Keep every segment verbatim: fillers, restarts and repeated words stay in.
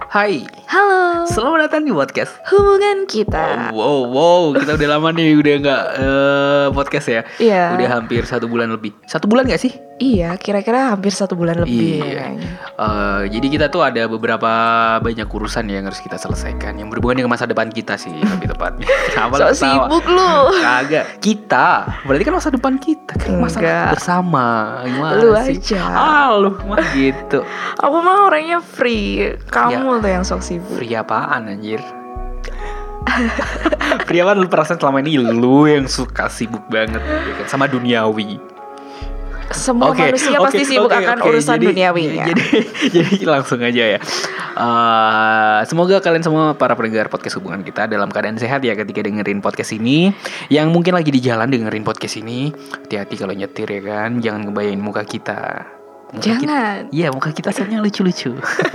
Hai. Halo. Selamat datang di podcast Hubungan Kita. Wow, wow, wow. Kita udah lama nih udah nggak uh, podcast ya. Iya. Udah hampir satu bulan lebih. Satu bulan nggak sih? Iya, kira-kira hampir satu bulan lebih. Iya. Uh, jadi kita tuh ada beberapa banyak urusan yang harus kita selesaikan yang berhubungan dengan masa depan kita sih, lebih tepatnya. So sibuk lu. Kagak. Kita. Berarti kan masa depan kita kan masa Enggak. bersama. Gimana Lu sih? aja. Ah, lu mah gitu. Aku mah orangnya free. Kamu Ya. tuh yang sok sibuk. Free apaan anjir? Free apaan? Lu perasaan selama ini lu yang suka sibuk banget ya kan? Sama duniawi. Semua Oke, manusia oke, pasti sibuk oke, akan oke. urusan Jadi- duniawinya. Jadi, jadi langsung aja ya. Uh, semoga kalian semua para pendengar podcast Hubungan Kita dalam keadaan sehat ya ketika dengerin podcast ini. Yang mungkin lagi di jalan dengerin podcast ini, hati-hati kalau nyetir ya kan. Jangan ngebayangin muka kita. Muka Jangan. Kita, iya, muka kita soalnya lucu-lucu.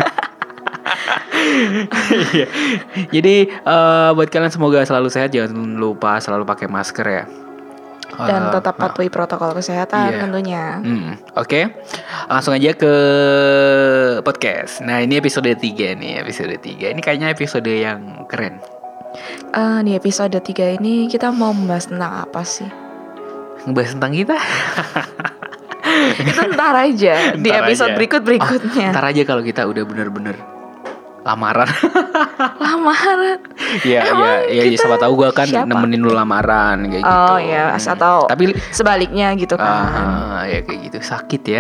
Iya. Jadi uh, buat kalian semoga selalu sehat, jangan lupa selalu pakai masker ya. Dan Uh, tetap uh, patuhi protokol kesehatan iya. tentunya. Hmm, Oke, langsung aja ke podcast. Nah, ini episode tiga nih, episode tiga. Ini kayaknya episode yang keren. Eh, di episode tiga ini kita mau membahas tentang apa sih? Ngebahas tentang kita. Itu ntar aja di Ntar episode aja. berikut-berikutnya. Oh, ntar aja kalau kita udah bener-bener lamaran. Lamaran. Iya, Emang iya, iya. kita Siapa tahu gue kan siapa? nemenin lu lamaran kayak gitu. Oh ya, atau Tapi sebaliknya gitu kan. ah, ya kayak gitu sakit ya.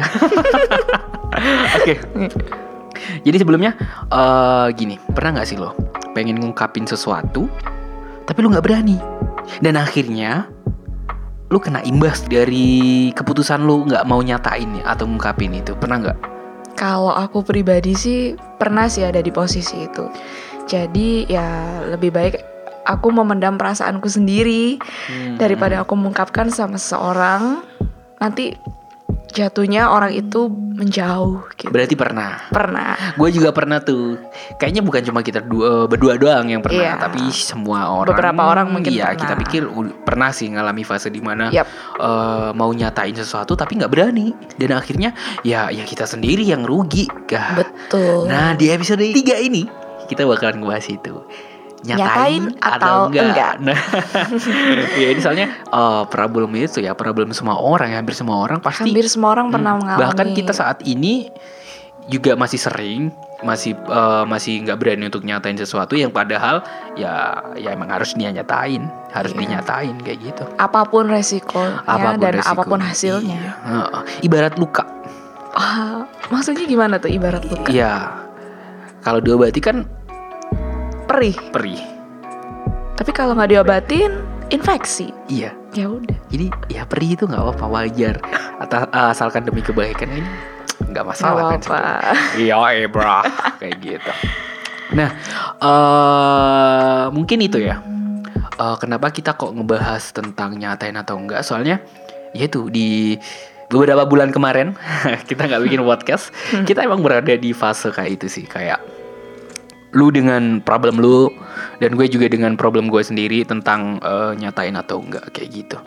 Oke. Jadi sebelumnya eh gini, pernah nggak sih lo pengen ngungkapin sesuatu, tapi lu nggak berani, dan akhirnya lu kena imbas dari keputusan lu nggak mau nyatain ya, atau ngungkapin itu, pernah nggak? Kalau aku pribadi sih pernah sih ada di posisi itu. Jadi ya lebih baik aku memendam perasaanku sendiri Hmm. daripada aku mengungkapkan sama seseorang, nanti jatuhnya orang itu menjauh gitu. Berarti pernah. Pernah. Gue juga pernah tuh. Kayaknya bukan cuma kita dua, berdua doang yang pernah, Iya. tapi semua orang. Beberapa orang mungkin Iya, pernah. kita pikir uh, pernah sih ngalami fase dimana Yap. eh, mau nyatain sesuatu tapi nggak berani, dan akhirnya ya ya kita sendiri yang rugi. Gah. Betul. Nah, di episode tiga ini kita bakalan ngebahas itu. Nyatain, Nyatain atau enggak. Nah, ya ini soalnya eh, problem itu ya, problem semua orang ya, hampir semua orang pasti. Hampir semua orang pernah Hmm, mengalami. Bahkan kita saat ini juga masih sering masih eh, masih nggak berani untuk nyatain sesuatu yang padahal ya ya emang harus dia nyatain, harus Iya. dinyatain kayak gitu. apapun resikonya Apapun dan resikonya. apapun hasilnya. Iya. Heeh. Ibarat luka. Wah, maksudnya gimana tuh ibarat luka? Iya. Kalau diobati kan Perih. perih. Tapi kalau nggak diobatin, infeksi. Iya. Ya udah. Jadi ya perih itu nggak apa-apa, wajar. Ata- asalkan demi kebaikan ini nggak masalah kan. Nggak apa-apa. sebetulnya. Iya, eh bro, kayak gitu. Nah, eh mungkin itu ya. Eh, kenapa kita kok ngebahas tentang nyatain atau enggak? Soalnya yaitu di beberapa bulan kemarin kita nggak bikin podcast. Kita emang berada di fase kayak itu sih, kayak lu dengan problem lu dan gue juga dengan problem gue sendiri tentang eh, nyatain atau enggak kayak gitu.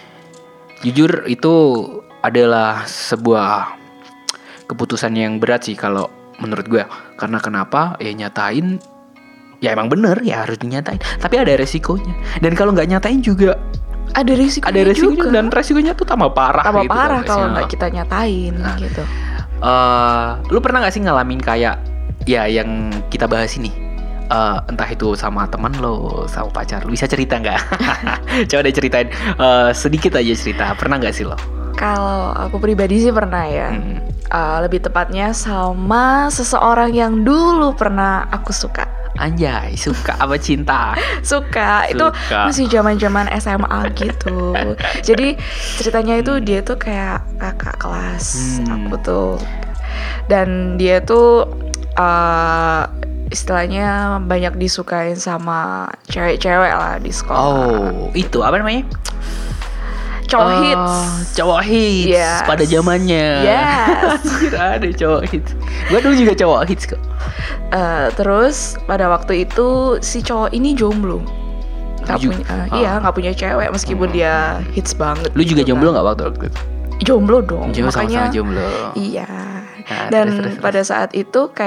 Jujur itu adalah sebuah keputusan yang berat sih kalau menurut gue. Karena kenapa? Ya nyatain, ya emang bener ya harus dinyatain. Tapi ada resikonya. Dan kalau nggak nyatain juga Ada risikonya ada resikonya juga. dan resikonya tuh tambah parah. tambah gitu parah guys. kalau Ya. nggak kita nyatain Nah. gitu. Eh, lu pernah gak sih ngalamin kayak ya yang kita bahas ini? Eh, entah itu sama teman lo, sama pacar lu, bisa cerita nggak? Coba deh ceritain eh, sedikit aja cerita. Pernah nggak sih lo? Kalau aku pribadi sih pernah ya. Hmm. Uh, lebih tepatnya sama seseorang yang dulu pernah aku suka. Anjay, suka apa cinta? Suka, itu Suka. masih zaman-zaman S M A gitu. Jadi ceritanya itu dia tuh kayak kakak kelas Hmm. aku tuh. Dan dia tuh uh, istilahnya banyak disukain sama cewek-cewek lah di sekolah. Oh, itu apa namanya? Cowok Oh, hits. Cowok hits Yes. pada zamannya. Yes. Anjir, ada cowok hits. Gue dulu juga cowok hits kok. Uh, terus pada waktu itu si cowok ini jomblo. Gak Ju- punya, uh, ah. iya nggak punya cewek meskipun Hmm. dia hits banget. Lu juga gitu jomblo kan. nggak waktu waktu itu? Jomblo dong, Jomblo makanya sama-sama jomblo. iya. Nah, Dan terus, terus, terus. pada saat itu kayak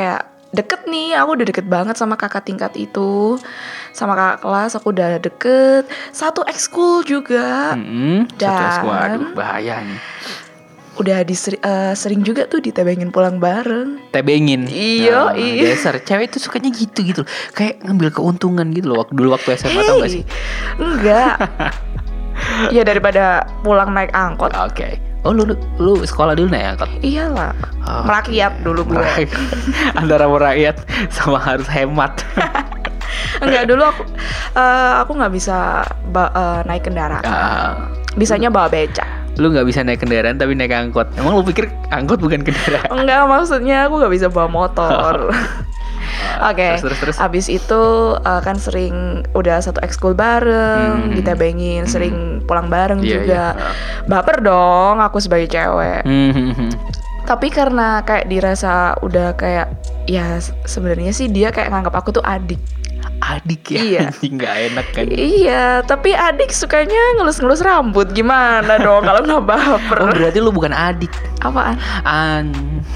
deket nih, aku udah deket banget sama kakak tingkat itu, sama kakak kelas aku udah deket, satu ekskul juga. Mm-hmm. Dan Satu ekskul, aduh bahaya nih. Udah diseri, uh, sering juga tuh ditebengin pulang bareng. Tebengin. Iya, nah, iya. Dasar cewek itu sukanya gitu gitu, kayak ngambil keuntungan gitu loh. Waktu dulu waktu S M A hey, tau gak sih? Enggak. Ya daripada pulang naik angkot. Oke. Okay. Oh lu, lu lu sekolah dulu naik angkot? Iyalah. Oh, merakyat dulu gue. Merakyat. Antara merakyat sama harus hemat. Enggak, dulu aku uh, aku nggak bisa ba- uh, naik kendaraan. Uh, Bisanya bawa beca. Lu nggak bisa naik kendaraan tapi naik angkot. Emang lu pikir angkot bukan kendaraan? Enggak, maksudnya aku nggak bisa bawa motor. Oke, okay. Abis itu uh, kan sering udah satu ekskul bareng, hmm. ditebengin, hmm. sering pulang bareng yeah, juga. Yeah. Baper dong aku sebagai cewek. Hmm. Tapi karena kayak dirasa udah kayak ya sebenarnya sih dia kayak nganggap aku tuh adik. Adik ya? Iya. Nggak enak kan? Iya, tapi adik sukanya ngelus-ngelus rambut. Gimana dong kalau nggak baper? Oh berarti lu bukan adik. Apaan? An.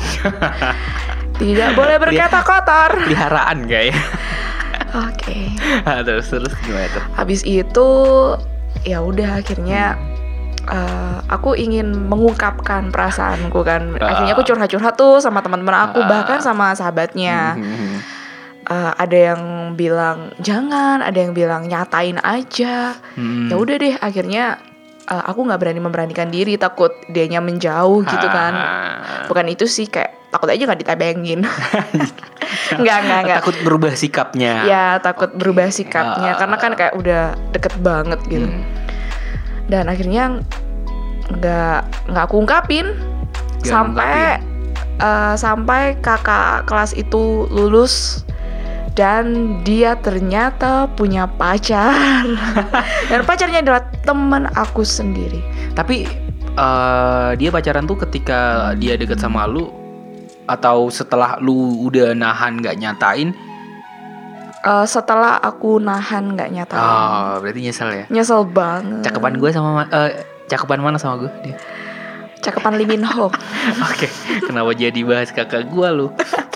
Tidak boleh berkata kotor. Peliharaan gak ya? Oke. Okay. Terus terus gimana tuh? Habis itu ya udah akhirnya uh, aku ingin mengungkapkan perasaanku kan. Uh. Akhirnya aku curhat-curhat tuh sama teman-teman aku, uh. bahkan sama sahabatnya. Mm-hmm. Uh, ada yang bilang jangan, ada yang bilang nyatain aja. Mm. Ya udah deh, akhirnya uh, aku nggak berani memberanikan diri, takut dianya menjauh gitu kan. Uh. Bukan itu sih, kayak takut aja nggak ditebengin. Nggak nggak nggak. Takut berubah sikapnya. Ya takut okay. berubah sikapnya uh, karena kan kayak udah deket banget gitu. Hmm. Dan akhirnya nggak nggak aku ungkapin gak sampai uh, sampai kakak kelas itu lulus dan dia ternyata punya pacar. Dan pacarnya adalah teman aku sendiri. Tapi uh, dia pacaran tuh ketika dia deket sama lu atau setelah lu udah nahan gak nyatain? Uh, setelah aku nahan gak nyatain. Oh, berarti nyesel ya? Nyesel banget. Cakepan gue sama uh, cakepan mana sama gue dia? Cakepan Lee Min Ho. Oke, kenapa jadi bahas kakak gue lu?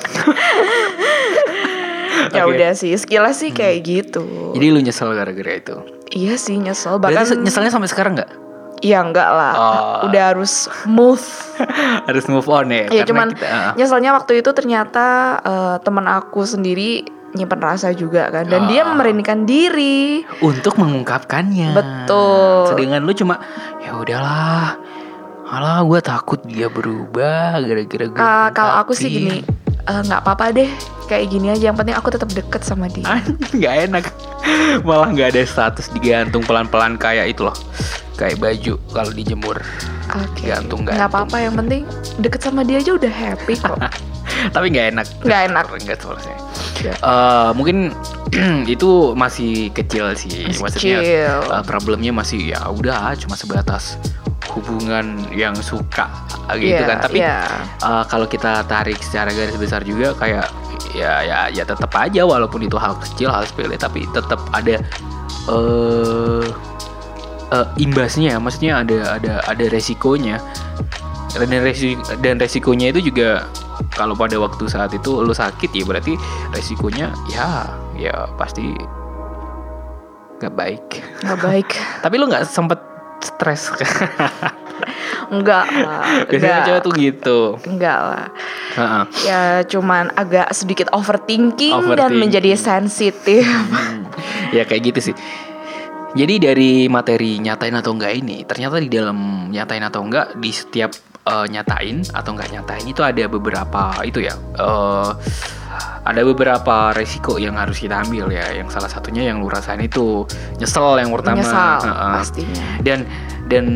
Ya okay. Udah sih, sekilas sih hmm. kayak gitu. Jadi lu nyesel gara-gara itu? Iya sih nyesel. Bahkan berarti nyeselnya sampai sekarang gak? Ya enggak lah, oh. Udah harus move. Harus move on ya. Ya cuman kita, uh. nyeselnya waktu itu ternyata uh, teman aku sendiri nyimpen rasa juga kan. Dan oh. dia memberanikan diri untuk mengungkapkannya. Betul. Sedangkan lu cuma ya udahlah, alah gue takut dia berubah gara-gara gue. Uh, kalau aku sih gini, nggak uh, apa-apa deh, kayak gini aja. Yang penting aku tetap deket sama dia. Nggak enak, malah nggak ada status digantung pelan-pelan kayak itu loh, kayak baju kalau dijemur. Oke. Okay. Gantung nggak apa-apa, yang penting deket sama dia aja udah happy kok. Tapi nggak enak. Nggak enak. Nggak selesai. Yeah. Uh, mungkin itu masih kecil sih, masih maksudnya kecil. Uh, problemnya masih ya udah cuma sebatas hubungan yang suka gitu yeah, kan. Tapi yeah. uh, kalau kita tarik secara garis besar juga kayak ya ya ya tetap aja walaupun itu hal kecil, hal sepele, tapi tetap ada uh, uh, imbasnya. Maksudnya ada ada ada resikonya. Dan resiko dan resikonya itu juga kalau pada waktu saat itu lo sakit ya berarti resikonya ya ya pasti nggak baik. Nggak baik. Tapi lo nggak sempet stres? Enggak lah. Biasanya cewek tuh gitu. Enggak lah. Uh-uh. Ya cuman agak sedikit overthinking, overthinking. Dan menjadi sensitif. Hmm. Ya kayak gitu sih. Jadi dari materi nyatain atau enggak ini, ternyata di dalam nyatain atau enggak, di setiap uh, nyatain atau enggak nyatain itu ada beberapa itu ya. Uh, ada beberapa resiko yang harus kita ambil ya. Yang salah satunya yang lu rasain itu nyesel yang pertama. Nyesel uh-uh. pastinya. Dan dan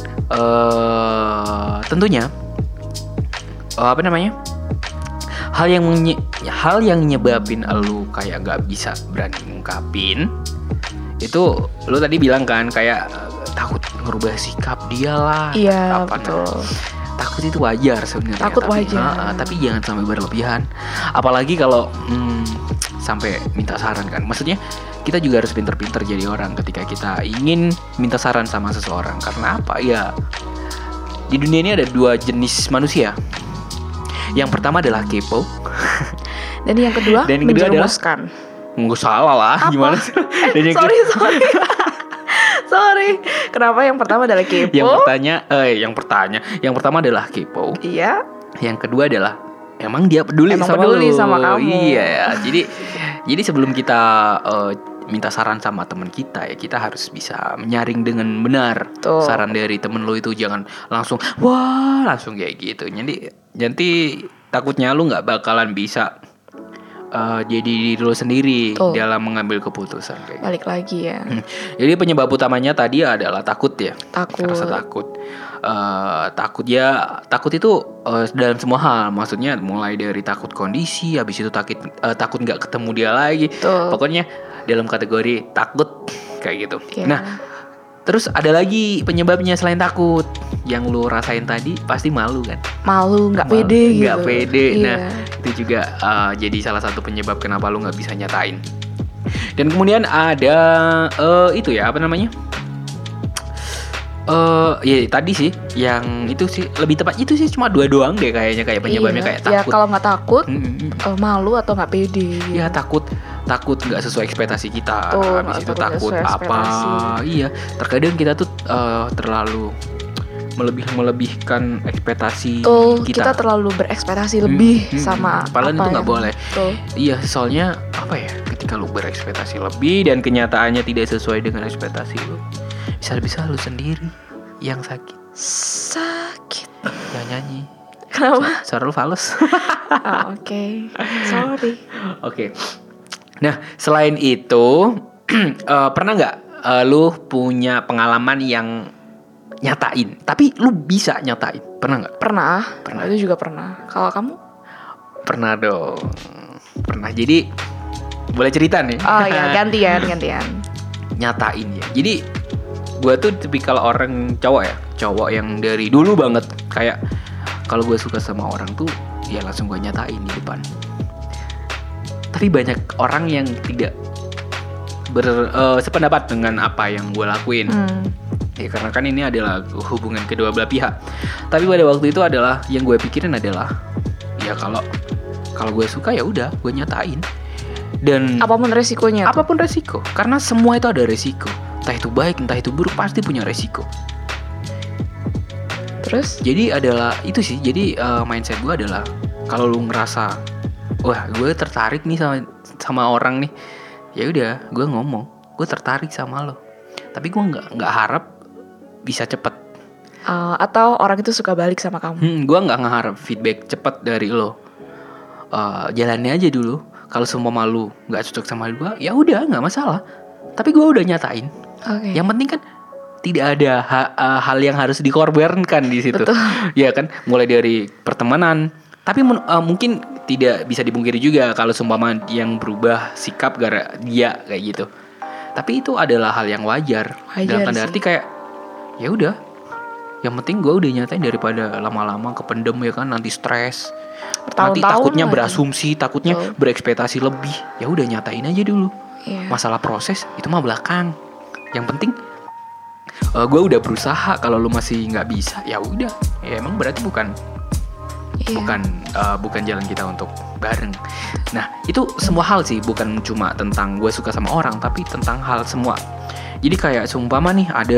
uh, tentunya uh, apa namanya? Hal yang menye- hal yang nyebabin lu kayak nggak bisa berani ngungkapin itu lu tadi bilang kan kayak takut ngerubah sikap dia lah. Iya betul. Nah, takut itu wajar sebenarnya. Takut tapi, wajar. Uh, tapi jangan sampai berlebihan. Apalagi kalau hmm, sampai minta saran kan. Maksudnya kita juga harus pinter-pinter jadi orang ketika kita ingin minta saran sama seseorang. Karena apa? Ya di dunia ini ada dua jenis manusia. Yang pertama adalah kepo. Dan yang kedua, Dan yang kedua menjerumuskan. Nggak salah lah, Apa? gimana sih? Eh, Dan yang sorry, sorry. Sorry. Kenapa yang pertama adalah kepo? Yang pertanya, eh, yang pertanya, yang pertama adalah kepo. Iya. Yang kedua adalah emang dia peduli Emang sama peduli lu. sama kamu. Iya, jadi jadi sebelum kita uh, minta saran sama teman kita ya, kita harus bisa menyaring dengan benar. Tuh. Saran dari temen lu itu jangan langsung wah langsung kayak gitu. Jadi nanti takutnya lu nggak bakalan bisa uh, jadi diri lu sendiri Tuh. dalam mengambil keputusan kayak gitu. Balik lagi ya. Hmm. Jadi penyebab utamanya tadi adalah takut ya. Takut. Rasa takut. Uh, takut ya, takut itu uh, dalam semua hal. Maksudnya mulai dari takut kondisi, habis itu takut uh, takut nggak ketemu dia lagi. Tuh. Pokoknya dalam kategori takut kayak gitu. Yeah. Nah, terus ada lagi penyebabnya selain takut. Yang lu rasain tadi pasti malu kan? Malu, nggak Malu, pede gitu. nggak pede. Iya. Nah, itu juga uh, jadi salah satu penyebab kenapa lu nggak bisa nyatain. Dan kemudian ada uh, itu ya apa namanya? Uh, ya tadi sih yang itu sih lebih tepat itu sih cuma dua doang deh kayaknya kayak penyebabnya Iya. kayak Ya takut. kalau nggak takut, Mm-mm. uh, malu atau nggak pede. Gitu. Ya takut takut nggak sesuai ekspektasi kita. Tuh, Habis itu takut takut nggak sesuai apa? ekspektasi. Iya, terkadang kita tuh uh, terlalu melebih melebihkan ekspektasi Tuh, kita. kita. terlalu berekspektasi lebih Hmm, hmm, sama padahal apa itu nggak yang- boleh. Tuh. Iya, soalnya apa ya? Ketika lu berekspektasi lebih dan kenyataannya tidak sesuai dengan ekspektasi lu, bisa-bisa lu sendiri yang sakit. Sakit. Yang nyanyi. Kenapa? Suara lu fals. Oh, Oke, sorry. Oke. Nah, selain itu, eh, pernah nggak eh, lu punya pengalaman yang nyatain, tapi lu bisa nyatain? Pernah nggak? Pernah, Pernah. Itu juga pernah. Kalau kamu? Pernah dong. Pernah. Jadi boleh cerita nih. Oh ya, gantian, gantian. Nyatain ya. Jadi gue tuh tipikal orang cowok ya, cowok yang dari dulu banget kayak kalau gue suka sama orang tuh ya langsung gue nyatain di depan. Tapi banyak orang yang tidak ber eh, sependapat dengan apa yang gue lakuin. Hmm. Ya karena kan ini adalah hubungan kedua belah pihak. Tapi pada waktu itu adalah yang gue pikirin adalah ya kalau kalau gue suka ya udah gue nyatain. Dan Apapun resikonya. tuh. apapun resiko, karena semua itu ada resiko. Entah itu baik, entah itu buruk, pasti punya resiko. Terus? Jadi adalah itu sih. Jadi uh, mindset gue adalah kalau lu ngerasa, wah gue tertarik nih sama sama orang nih, ya udah gue ngomong, gue tertarik sama lo. Tapi gue nggak nggak harap bisa cepet. Uh, atau orang itu suka balik sama kamu. Hmm, gue nggak ngeharap feedback cepet dari lo. Uh, jalannya aja dulu. Kalau semua malu nggak cocok sama gue, ya udah nggak masalah. Tapi gue udah nyatain. Oke. Yang penting kan tidak ada ha- uh, hal yang harus dikorbankan di situ. Betul. Ya kan, mulai dari pertemanan. Tapi mun- uh, mungkin tidak bisa dipungkiri juga kalau seumpama yang berubah sikap gara dia kayak gitu. Tapi itu adalah hal yang wajar. Wajar Dalam tanda sih. arti kayak ya udah. Yang penting gue udah nyatain daripada lama-lama kependem ya kan, nanti stres. Nanti Bertahun-tahun takutnya lagi. berasumsi, takutnya Betul. berekspektasi lebih. Ya udah nyatain aja dulu. Iya. Masalah proses itu mah belakang. Yang penting uh, gue udah berusaha. Kalau lu masih nggak bisa, ya udah. Ya emang berarti bukan Iya. bukan uh, bukan jalan kita untuk bareng. Nah itu semua hal sih, bukan cuma tentang gue suka sama orang, tapi tentang hal semua. Jadi kayak seumpama nih ada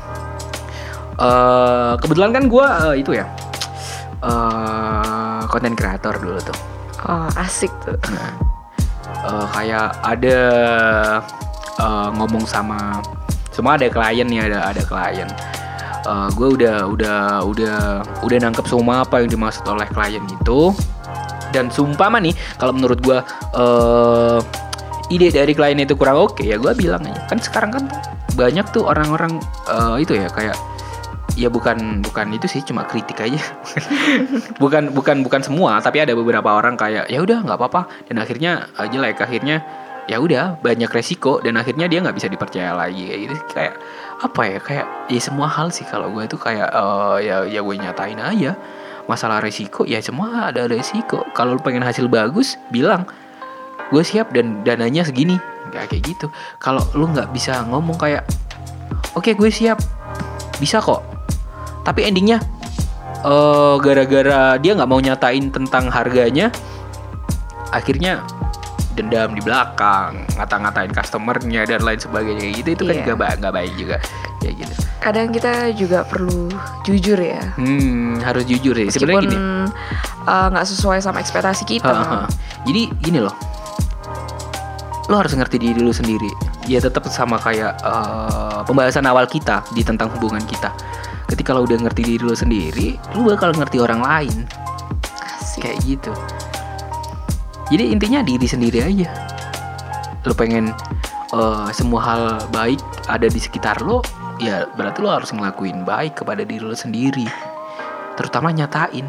uh, kebetulan kan gue uh, itu ya konten uh, kreator dulu tuh. Oh, asik tuh. Nah, uh, kayak ada uh, ngomong sama semua ada klien nih, ada ada klien. Uh, gue udah udah udah udah nangkep semua apa yang dimaksud oleh klien itu. Dan sumpama nih, kalau menurut gue uh, ide dari klien itu kurang oke, ya gue bilang aja. Kan sekarang kan banyak tuh orang-orang uh, itu ya kayak ya bukan bukan itu sih, cuma kritik aja. bukan bukan bukan semua, tapi ada beberapa orang kayak ya udah nggak apa-apa, dan akhirnya uh, jelek, akhirnya ya udah banyak resiko, dan akhirnya dia nggak bisa dipercaya lagi kayak gitu. Kayak apa ya, kayak ya semua hal sih kalau gue itu kayak uh, ya ya gue nyatain aja. Masalah resiko ya semua ada resiko. Kalau lu pengen hasil bagus, bilang gue siap dan dananya segini, nggak kayak gitu. Kalau lu nggak bisa ngomong kayak oke okay, gue siap, bisa kok, tapi endingnya uh, gara-gara dia nggak mau nyatain tentang harganya, akhirnya dendam di belakang, ngata-ngatain customernya dan lain sebagainya gitu, itu kan Iya. juga ba- nggak baik juga kayak gitu. Kadang kita juga perlu jujur ya. Hmm, harus jujur sih. Sebenarnya Meskipun gini. uh, nggak sesuai sama ekspektasi kita. Ha, ha. Jadi gini loh, lo harus ngerti diri lo sendiri. Ya tetap sama kayak uh, pembahasan awal kita di tentang hubungan kita. Ketika lo udah ngerti diri lo sendiri, lo bakal ngerti orang lain. Asik. Kayak gitu. Jadi intinya diri sendiri aja. Lo pengen uh, semua hal baik ada di sekitar lo, ya berarti lo harus ngelakuin baik kepada diri lo sendiri. Terutama nyatain.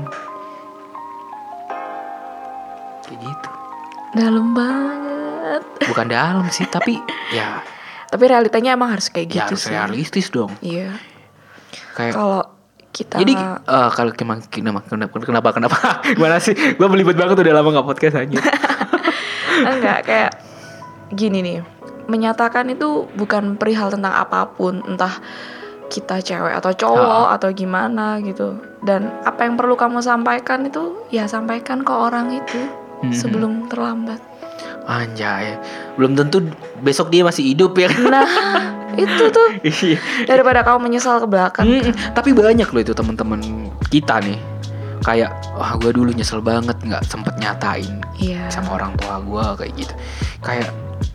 Kayak gitu. Dalam banget. Bukan dalam sih, tapi ya Tapi realitanya emang harus kayak ya gitu harus sih. realistis dong. Iya. Kayak Kalau kita jadi eh, kalau kemang- kenapa kenapa kenapa kenapa gimana sih? Gue belibet banget udah lama nggak podcast aja. enggak kayak gini nih. Menyatakan itu bukan perihal tentang apapun, entah kita cewek atau cowok atau gimana gitu. Dan apa yang perlu kamu sampaikan itu ya sampaikan ke orang itu Mhm. sebelum terlambat. Anjay, belum tentu besok dia masih hidup ya kan? Nah, itu tuh Iya. daripada kamu menyesal ke belakang. Mm-mm. Tapi banyak loh itu teman-teman kita nih. Kayak wah gue dulu nyesel banget nggak sempet nyatain Iya. sama orang tua gue kayak gitu. Kayak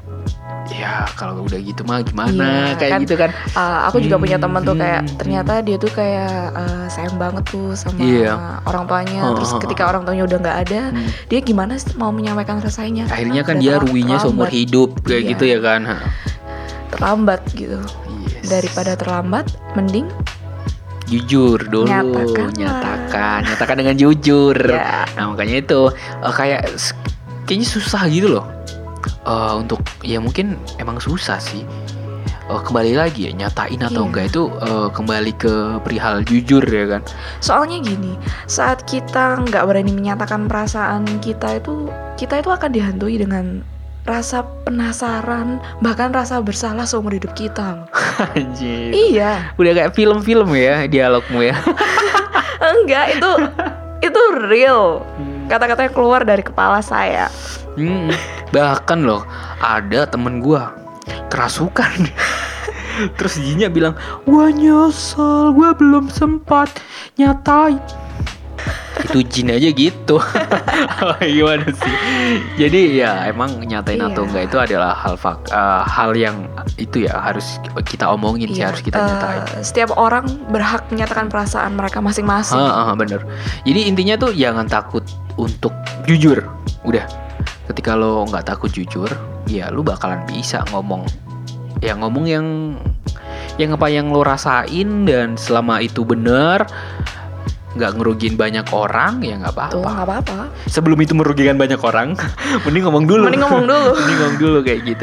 ya kalau udah gitu mah gimana Iya, kayak kan, gitu kan. Uh, aku juga punya teman tuh kayak Hmm. ternyata dia tuh kayak uh, sayang banget tuh sama Iya. orang tuanya. Oh, Terus oh, ketika orang tuanya udah nggak ada, Hmm. dia gimana sih mau menyampaikan rasanya? Akhirnya Karena kan udah dia terlam- ruginya seumur terlambat. hidup kayak Iya. gitu ya kan. Ha. Terlambat gitu. Yes. Daripada terlambat, mending Jujur dulu, Nyatakanlah. nyatakan, nyatakan dengan jujur. Ya. Nah makanya itu uh, kayak s- kayaknya susah gitu loh. Uh, untuk ya mungkin emang susah sih. Uh, kembali lagi ya nyatain atau Iya. enggak itu uh, kembali ke perihal jujur ya kan. soalnya gini, saat kita nggak berani menyatakan perasaan kita itu, kita itu akan dihantui dengan rasa penasaran, bahkan rasa bersalah seumur hidup kita. Anjir. Iya. Udah kayak film-film ya dialogmu ya. Enggak, itu itu real. Kata-katanya keluar dari kepala saya. Hmm, bahkan loh ada temen gua kerasukan. Terus jinnya bilang, wah nyesel, gua belum sempat nyatain. Itu jin aja gitu. Gimana sih? Jadi ya emang nyatain atau Iya. enggak itu adalah hal fak, uh, hal yang itu ya harus kita omongin sih, Iya, harus kita eh, nyatain. Setiap orang berhak menyatakan perasaan mereka masing-masing. Ah, ah, bener. Jadi intinya tuh jangan takut untuk jujur. Udah. Ketika lo nggak takut jujur, ya lo bakalan bisa ngomong. Ya ngomong yang yang apa yang lo rasain dan selama itu bener, nggak ngerugiin banyak orang, ya nggak Tuh apa-apa. nggak apa-apa. Sebelum itu merugikan banyak orang, mending ngomong dulu. Mending ngomong dulu. Mending ngomong dulu kayak gitu.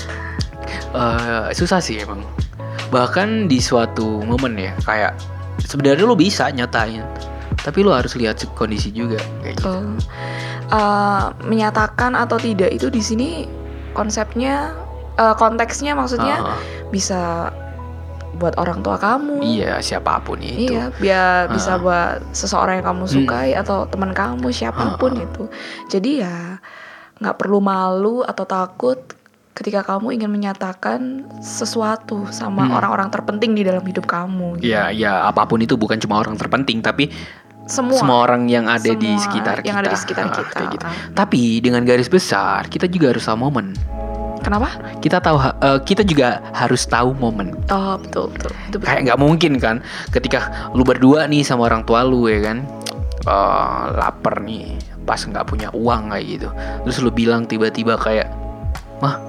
Eh, susah sih emang. Bahkan di suatu momen ya, kayak sebenarnya lo bisa nyatain, tapi lo harus lihat kondisi juga kayak gitu. Tuh. Eh, menyatakan atau tidak itu di sini konsepnya, eh, konteksnya maksudnya Ah, bisa buat orang tua kamu. iya, siapapun itu. Iya, biar bisa Ah. buat seseorang yang kamu sukai atau teman kamu siapapun Ah. itu. Jadi ya nggak perlu malu atau takut ketika kamu ingin menyatakan sesuatu sama Hmm. orang-orang terpenting di dalam hidup kamu. gitu. Ya, ya apapun itu bukan cuma orang terpenting, tapi Semua, semua orang yang ada di Semua sekitar yang kita. ada di sekitar Ah, kita. kayak gitu. Ah. Tapi dengan garis besar, kita juga harus tahu momen. Kenapa? Kita tahu, eh, kita juga harus tahu momen. Oh betul betul. Itu betul. Kayak nggak mungkin kan, ketika lu berdua nih sama orang tua lu ya kan, eh, lapar nih, pas nggak punya uang kayak gitu, terus lu bilang tiba-tiba kayak, mah,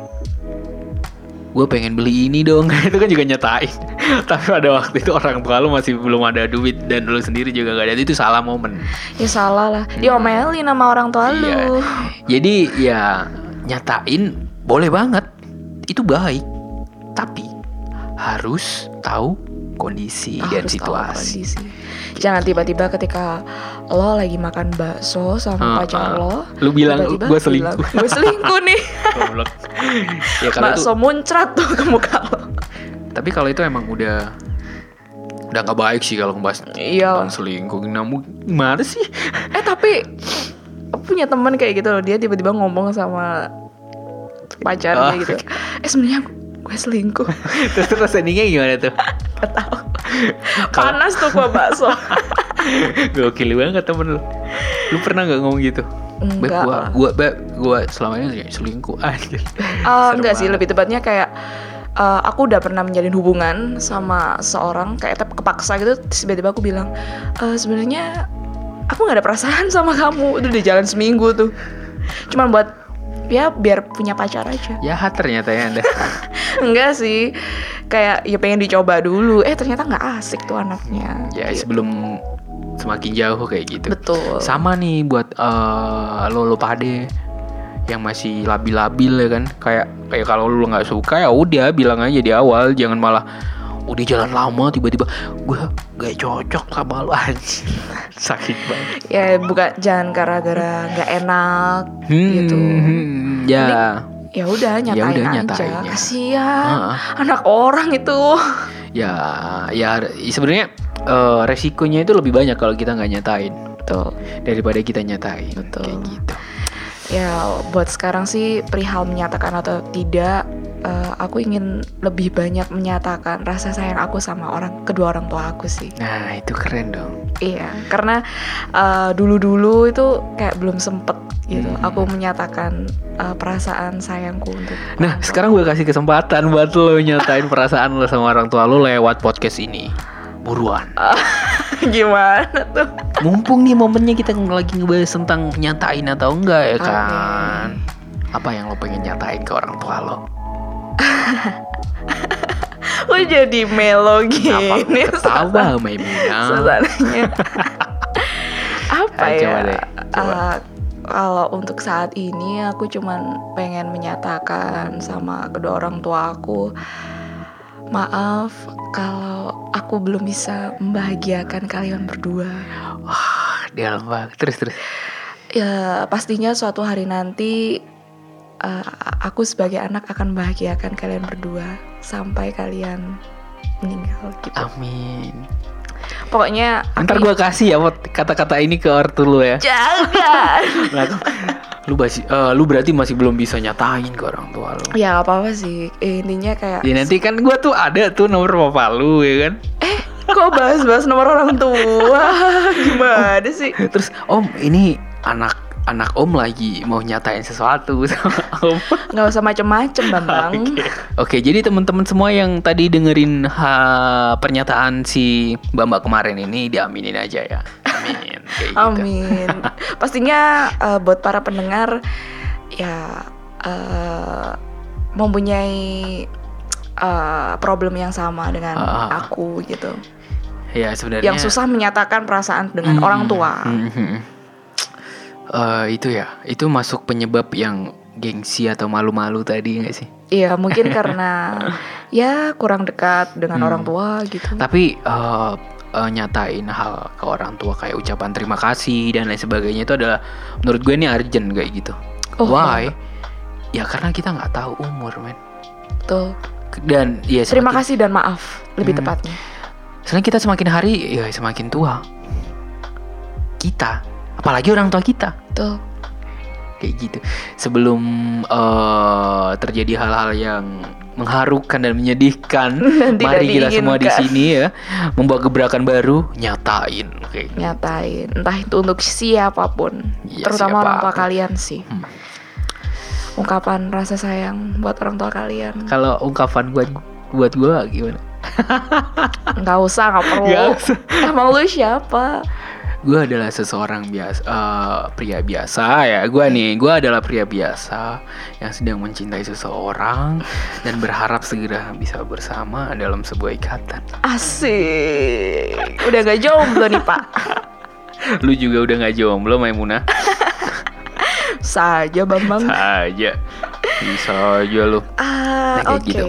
gue pengen beli ini dong. Itu kan juga nyatain. Tapi pada waktu itu orang tua lu masih belum ada duit dan lu sendiri juga gak ada. Itu salah momen. Ya salah lah. Diomelin sama orang tua Iya. lu. Jadi ya nyatain boleh banget, itu baik. Tapi harus tahu kondisi dan Harus tahu situasi. kondisi. Jangan tiba-tiba ketika lo lagi makan bakso sama Ah, pacar ah. lo, Lu bilang, tiba-tiba "Gua selingkuh." bilang, "Gua selingkuh nih." Goblok. Ya kalau itu, Bakso muncrat tuh ke muka lo. tapi kalau itu emang udah udah nggak baik sih kalau ngebahas Iya. tentang selingkuh. Namun gimana sih? Eh tapi punya teman kayak gitu loh, dia tiba-tiba ngomong sama pacarnya Oh. gitu, eh sebenarnya gue selingkuh. Terus terus endingnya gimana tuh? Gak tahu. Panas tuh gua bakso. Gokil banget temen lu. Lu pernah gak ngomong gitu? Beb, Enggak gua, lah. gua, beb, gua selama ini selingkuh aja. Uh, enggak sih, lebih tepatnya kayak uh, aku udah pernah menjalin hubungan sama seorang kayak tapi kepaksa gitu, terus tiba-tiba aku bilang, e, sebenarnya aku nggak ada perasaan sama kamu. Itu udah jalan seminggu tuh, cuman buat ya biar punya pacar aja. Jahat ternyata ya Anda. Enggak sih, kayak ya pengen dicoba dulu, eh ternyata nggak asik tuh anaknya. Ya Gitu. sebelum semakin jauh kayak gitu. Betul. Sama nih buat uh, lo lo pade yang masih labil-labil ya kan. Kayak kayak kalau lu nggak suka ya udah bilang aja di awal, jangan malah udah jalan lama tiba-tiba gue gak cocok sama lu anjing. Sakit banget. Ya bukan, jangan gara-gara nggak enak Hmm, gitu. ya. Ya udah nyatain, Ya udah, aja. nyatain ya. Kasihan Heeh. anak orang itu. Ya, ya sebenarnya uh, resikonya itu lebih banyak kalau kita nggak nyatain Betul. daripada kita nyatain. Betul. Kayak gitu. Ya buat sekarang sih perihal menyatakan atau tidak, uh, aku ingin lebih banyak menyatakan rasa sayang aku sama orang kedua orang tua aku sih. Nah itu keren dong. Iya, karena uh, dulu-dulu itu kayak belum sempet gitu. Hmm. Aku menyatakan uh, perasaan sayangku untuk. Nah sekarang gue kasih kesempatan buat lo nyatain perasaan lo sama orang tua lo lewat podcast ini. Buruan. Gimana tuh? Mumpung nih momennya kita lagi ngebahas tentang nyatain atau enggak ya kan. Apa yang lo pengen nyatain ke orang tua lo? Lo jadi melo gini. Ketawa Maimunah. Suasananya. Apa Ayo, ya? coba deh, coba. Uh, kalau untuk saat ini aku cuman pengen menyatakan sama kedua orang tua aku, maaf kalau aku belum bisa membahagiakan kalian berdua. Wah dalam banget. Terus terus. Ya pastinya suatu hari nanti uh, aku sebagai anak akan membahagiakan kalian berdua sampai kalian meninggal gitu. Amin. Pokoknya Ntar gue kasih ya Mot, kata-kata ini ke ortu lu ya. jangan. Nah, lu masih, uh, lu berarti masih belum bisa nyatain ke orang tua lu. Ya gak apa-apa sih, intinya kayak Ya nanti kan gue tuh ada tuh nomor papa lu ya kan. Eh kok bahas-bahas nomor orang tua? Gimana sih? Terus om ini anak anak om lagi mau nyatain sesuatu sama om. Gak usah macem-macem Bambang. Oke, Oke, jadi teman-teman semua yang tadi dengerin ha, pernyataan si Mbak-mbak kemarin ini diaminin aja ya. Amin. Kayak gitu. Amin. Pastinya uh, buat para pendengar ya uh, mempunyai uh, problem yang sama dengan Ah. aku gitu. Ya sebenarnya. Yang susah menyatakan perasaan dengan Hmm, orang tua. hmm, hmm. Eh, itu ya, itu masuk penyebab yang gengsi atau malu-malu tadi nggak sih? Iya mungkin karena ya kurang dekat dengan Hmm. orang tua gitu. Tapi eh, eh, nyatain hal ke orang tua kayak ucapan terima kasih dan lain sebagainya itu adalah menurut gue ini urgent kayak gitu. Oh, Why? Ya karena kita nggak tahu umur men. Tuh. Dan ya Terima semakin- kasih dan maaf lebih Hmm. tepatnya. Soalnya kita semakin hari ya semakin tua. Kita, apalagi orang tua kita. Tuh. Kayak gitu. Sebelum eh, terjadi hal-hal yang mengharukan dan menyedihkan, Dan tidak mari kita semua di diinginkan. sini ya membawa gebrakan baru, nyatain kayak gitu. Nyatain entah itu untuk siapapun, Iya, terutama orang tua siapapun. kalian sih. Hmm. Ungkapan rasa sayang buat orang tua kalian. Kalau ungkapan buat buat gue gimana? Nggak usah, nggak perlu. Nggak usah. Emang lu siapa? Gue adalah seseorang biasa, eh, pria biasa ya. Gue nih, gue adalah pria biasa yang sedang mencintai seseorang dan berharap segera bisa bersama dalam sebuah ikatan. Asik. Udah gak jomblo nih Pak. Lu juga udah nggak jomblo, Maimunah? Saja Bambang. Saja, bisa aja lu. Ah, Nah, kayak oke. gitu.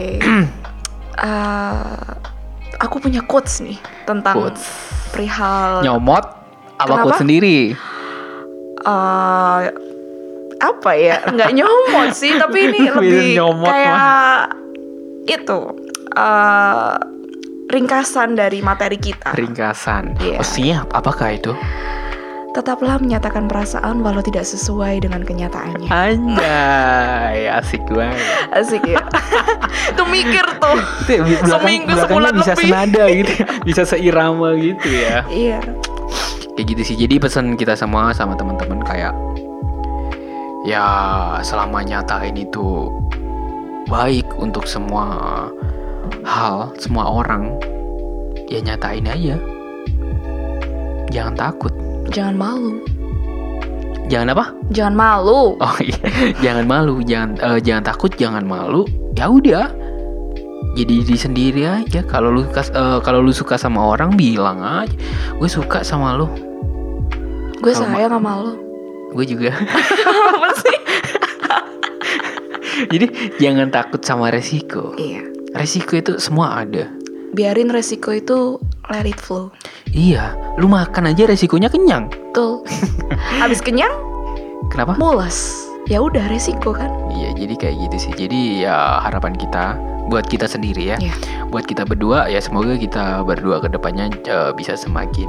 Ah, aku punya quotes nih tentang Quotes. perihal Nyomot apa Kenapa? quote sendiri? eh, apa ya? Nggak nyomot sih, tapi ini Beda lebih nyomot kayak itu eh, ringkasan dari materi kita. Ringkasan. Iya. Oh siap, apakah itu? tetaplah menyatakan perasaan walau tidak sesuai dengan kenyataannya. Anjay, asik banget. Asik ya. Tuh mikir tuh. Itu belakang, seminggu belakangnya sebulan bisa lebih. senada gitu, bisa seirama gitu ya. Iya. Kayak gitu sih. Jadi pesan kita semua sama teman-teman kayak ya selama nyatain itu baik untuk semua hal, semua orang, ya nyatain aja. Jangan takut. Jangan malu. Jangan apa? Jangan malu. Oh iya, jangan malu, jangan uh, jangan takut, jangan malu. Ya udah. Jadi diri sendiri aja. Kalau lu uh, kalau lu suka sama orang, bilang aja, gue suka sama lu. Gue Kalo sayang sama lu. Gue juga. Apa sih? Jadi jangan takut sama resiko. Iya. Resiko itu semua ada. Biarin resiko itu let it flow. Iya, lu makan aja resikonya kenyang. Betul. Habis kenyang, Kenapa? mules. Ya udah resiko kan. Iya, jadi kayak gitu sih. Jadi ya harapan kita buat kita sendiri ya. Iya. Buat kita berdua ya, semoga kita berdua ke depannya uh, bisa semakin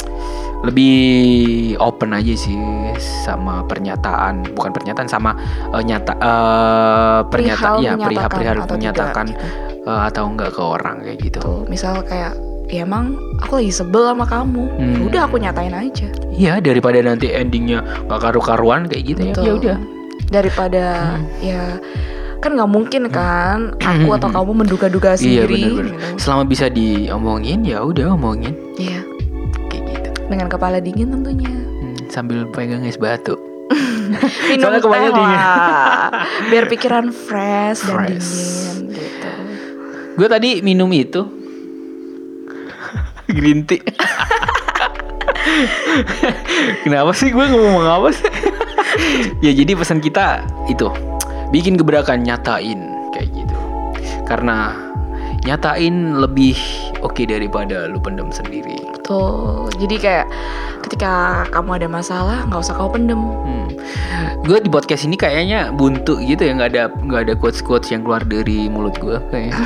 lebih open aja sih sama pernyataan, bukan pernyataan sama uh, nyata uh, pernyataan ya, perihal-perihal menyatakan gitu. uh, atau enggak ke orang kayak gitu. Tuh, misal kayak ya emang aku lagi sebel sama kamu. Hmm. Ya udah aku nyatain aja. Iya, daripada nanti endingnya gak karu-karuan kayak gitu ya. Betul. Ya udah. Daripada Hmm. ya kan nggak mungkin kan aku atau kamu menduga-duga Iya, sendiri. benar-benar. Gitu. Selama bisa diomongin ya udah omongin Iya. kayak gitu. Dengan kepala dingin tentunya. Hmm, sambil pegang es batu. Minum Soalnya teh kepalanya dingin. lah. Biar pikiran fresh, dan Fresh. dingin gitu. Gue tadi minum itu green tea. Kenapa sih gue ngomong apa sih? Ya jadi pesan kita itu, bikin gebrakan, nyatain kayak gitu. Karena nyatain lebih oke daripada lu pendem sendiri. Betul. Jadi kayak ketika kamu ada masalah nggak usah kau pendem. Hmm. Gue di podcast ini kayaknya buntu gitu ya, nggak ada nggak ada quotes quotes yang keluar dari mulut gue kayaknya.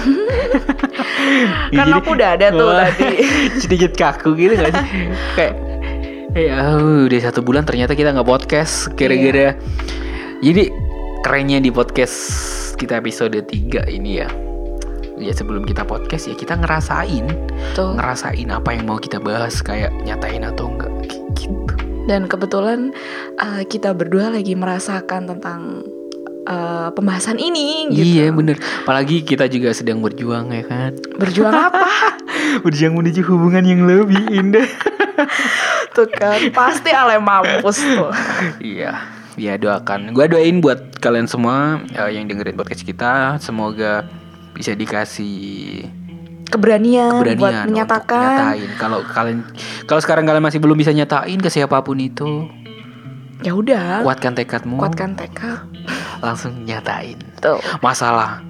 Kan Jadi, aku udah ada tuh wah, tadi. sedikit kaku gitu nggak sih? Kayak ya udah satu bulan ternyata kita nggak podcast gara-gara. Jadi kerennya di podcast kita episode tiga ini ya. Ya sebelum kita podcast ya kita ngerasain Tuh. ngerasain apa yang mau kita bahas, kayak nyatain atau enggak gitu. Dan kebetulan uh, kita berdua lagi merasakan tentang uh, pembahasan ini gitu. Iya bener. Apalagi kita juga sedang berjuang ya kan. Berjuang apa? Berjuang menuju hubungan yang lebih indah. Tuh kan pasti Ale mampus tuh. Iya. Ya doakan. Gua doain buat kalian semua uh, yang dengerin podcast kita, semoga bisa dikasih Keberanian, keberanian buat untuk menyatakan. nyatain. Kalau kalian kalau sekarang kalian masih belum bisa nyatain ke siapapun itu, Ya udah. kuatkan tekadmu. Kuatkan tekad. Langsung nyatain. Tuh. Masalah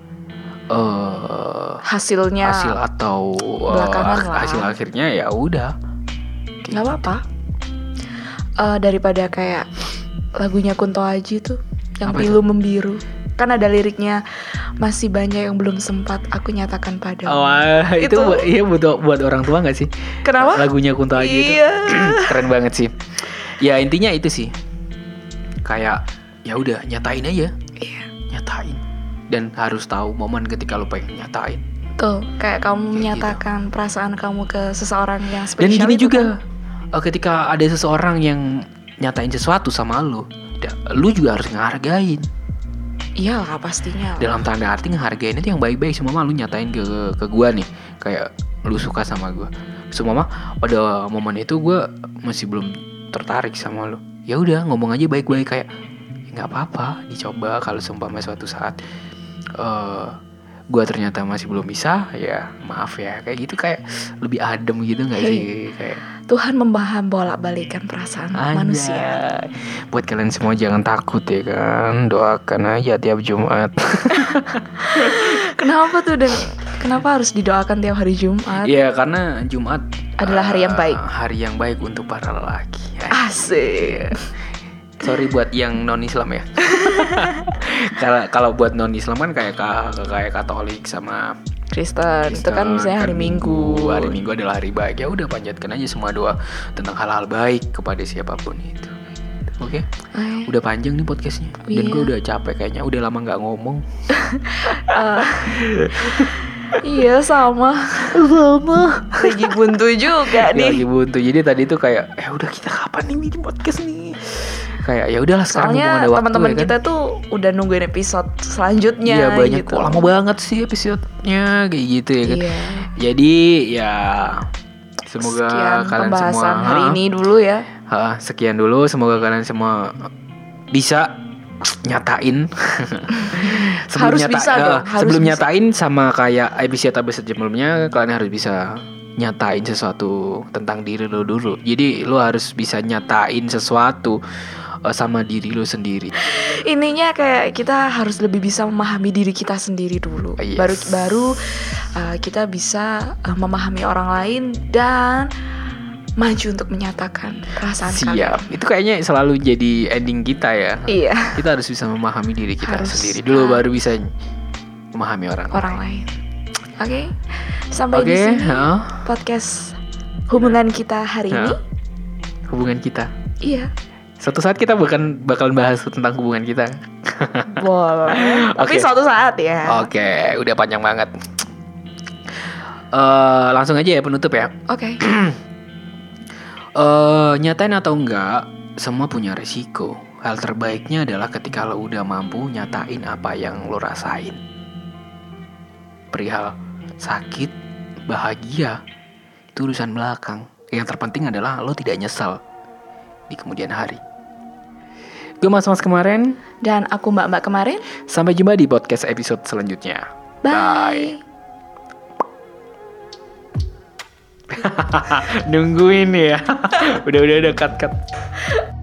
uh, Hasilnya hasil atau uh, belakangan lah. hasil akhirnya ya udah. nggak apa-apa. Uh, daripada kayak lagunya Kunto Aji tuh yang Apa pilu membiru. Kan ada liriknya, masih banyak yang belum sempat aku nyatakan padamu. Wah, itu, Itu- buat, iya buat buat orang tua nggak sih? Kenapa? Lagunya Kunto Aji Iya. itu keren banget sih. Ya intinya itu sih. Kayak ya udah nyatain aja, Iya. nyatain. Dan harus tahu momen ketika lo pengen nyatain. Tuh, kayak kamu Kayak menyatakan perasaan kamu ke seseorang yang Dan spesial. gini itu juga, kan. eh, ketika ada seseorang yang nyatain sesuatu sama lo, da- lu juga harus ngehargain. Iyalah pastinya. lah. Dalam tanda arti ngehargain itu yang baik-baik. Semua lu nyatain ke ke gua nih, kayak lu suka sama gua. Semua pada momen itu gua masih belum tertarik sama lu. Ya udah ngomong aja baik-baik kayak nggak apa-apa, dicoba kalau seumpama suatu saat eh gua ternyata masih belum bisa, ya maaf ya, kayak gitu, kayak lebih adem gitu nggak sih, kayak Tuhan membahas bolak-balikan perasaan manusia. anjay. Buat kalian semua jangan takut ya kan, doakan aja tiap Jumat. Kenapa tuh dan kenapa harus didoakan tiap hari Jumat? Iya karena Jumat Adalah hari yang eh, baik. hari yang baik untuk para lelaki. Asik. Sorry buat yang non Islam ya. Kalau kalau buat non Islam kan kayak kayak Katolik sama Kristen, itu kan misalnya hari Minggu. Hari Minggu adalah hari baik. Ya udah, panjatkan aja semua doa tentang hal-hal baik kepada siapapun itu. Oke, okay? Udah panjang nih podcastnya. Dan Iya. gue udah capek kayaknya. Udah lama nggak ngomong. uh, Iya sama. Sama. Lagi buntu juga nih. Lagi buntu. Jadi tadi tuh kayak, eh udah kita kapan nih bikin podcast nih? Kayak ya udahlah sekarang soalnya ada waktu, teman-teman ya kan? kita tuh udah nungguin episode selanjutnya. Iya banyak gitu. kok, lama banget sih episodenya kayak gitu ya kan. Iya. Jadi ya semoga Sekian kalian pembahasan semua hari ini dulu ya. ha, sekian dulu, semoga kalian semua bisa nyatain sebelum Harus nyata, bisa eh, dong, harus sebelum bisa. nyatain sama kayak episode-episode sebelumnya, kalian harus bisa nyatain sesuatu tentang diri lo dulu. Jadi lo harus bisa nyatain sesuatu uh, sama diri lo sendiri. Intinya kayak kita harus lebih bisa memahami diri kita sendiri dulu. Yes. Baru baru uh, kita bisa uh, memahami orang lain dan maju untuk menyatakan perasaan Siap. kalian. Itu kayaknya selalu jadi ending kita ya. Iya. Kita harus bisa memahami diri kita Harus, sendiri dulu, uh, baru bisa memahami orang, orang lain. Oke. Okay? Sampai Oke, di sini huh? podcast hubungan kita hari ini. Huh? Hubungan kita. Iya. Suatu saat kita bukan bakalan bahas tentang hubungan kita. Boleh. Tapi Oke. suatu saat ya. Oke, udah panjang banget. Uh, langsung aja ya penutup ya. Oke. Uh, nyatain atau enggak, semua punya resiko. Hal terbaiknya adalah ketika lo udah mampu nyatain apa yang lo rasain. Perihal sakit, bahagia, itu urusan belakang. Yang terpenting adalah lo tidak nyesal di kemudian hari. Gue mas-mas kemarin, Dan aku mbak-mbak kemarin. sampai jumpa di podcast episode selanjutnya. Bye. Nungguin ya. Udah udah udah cut cut.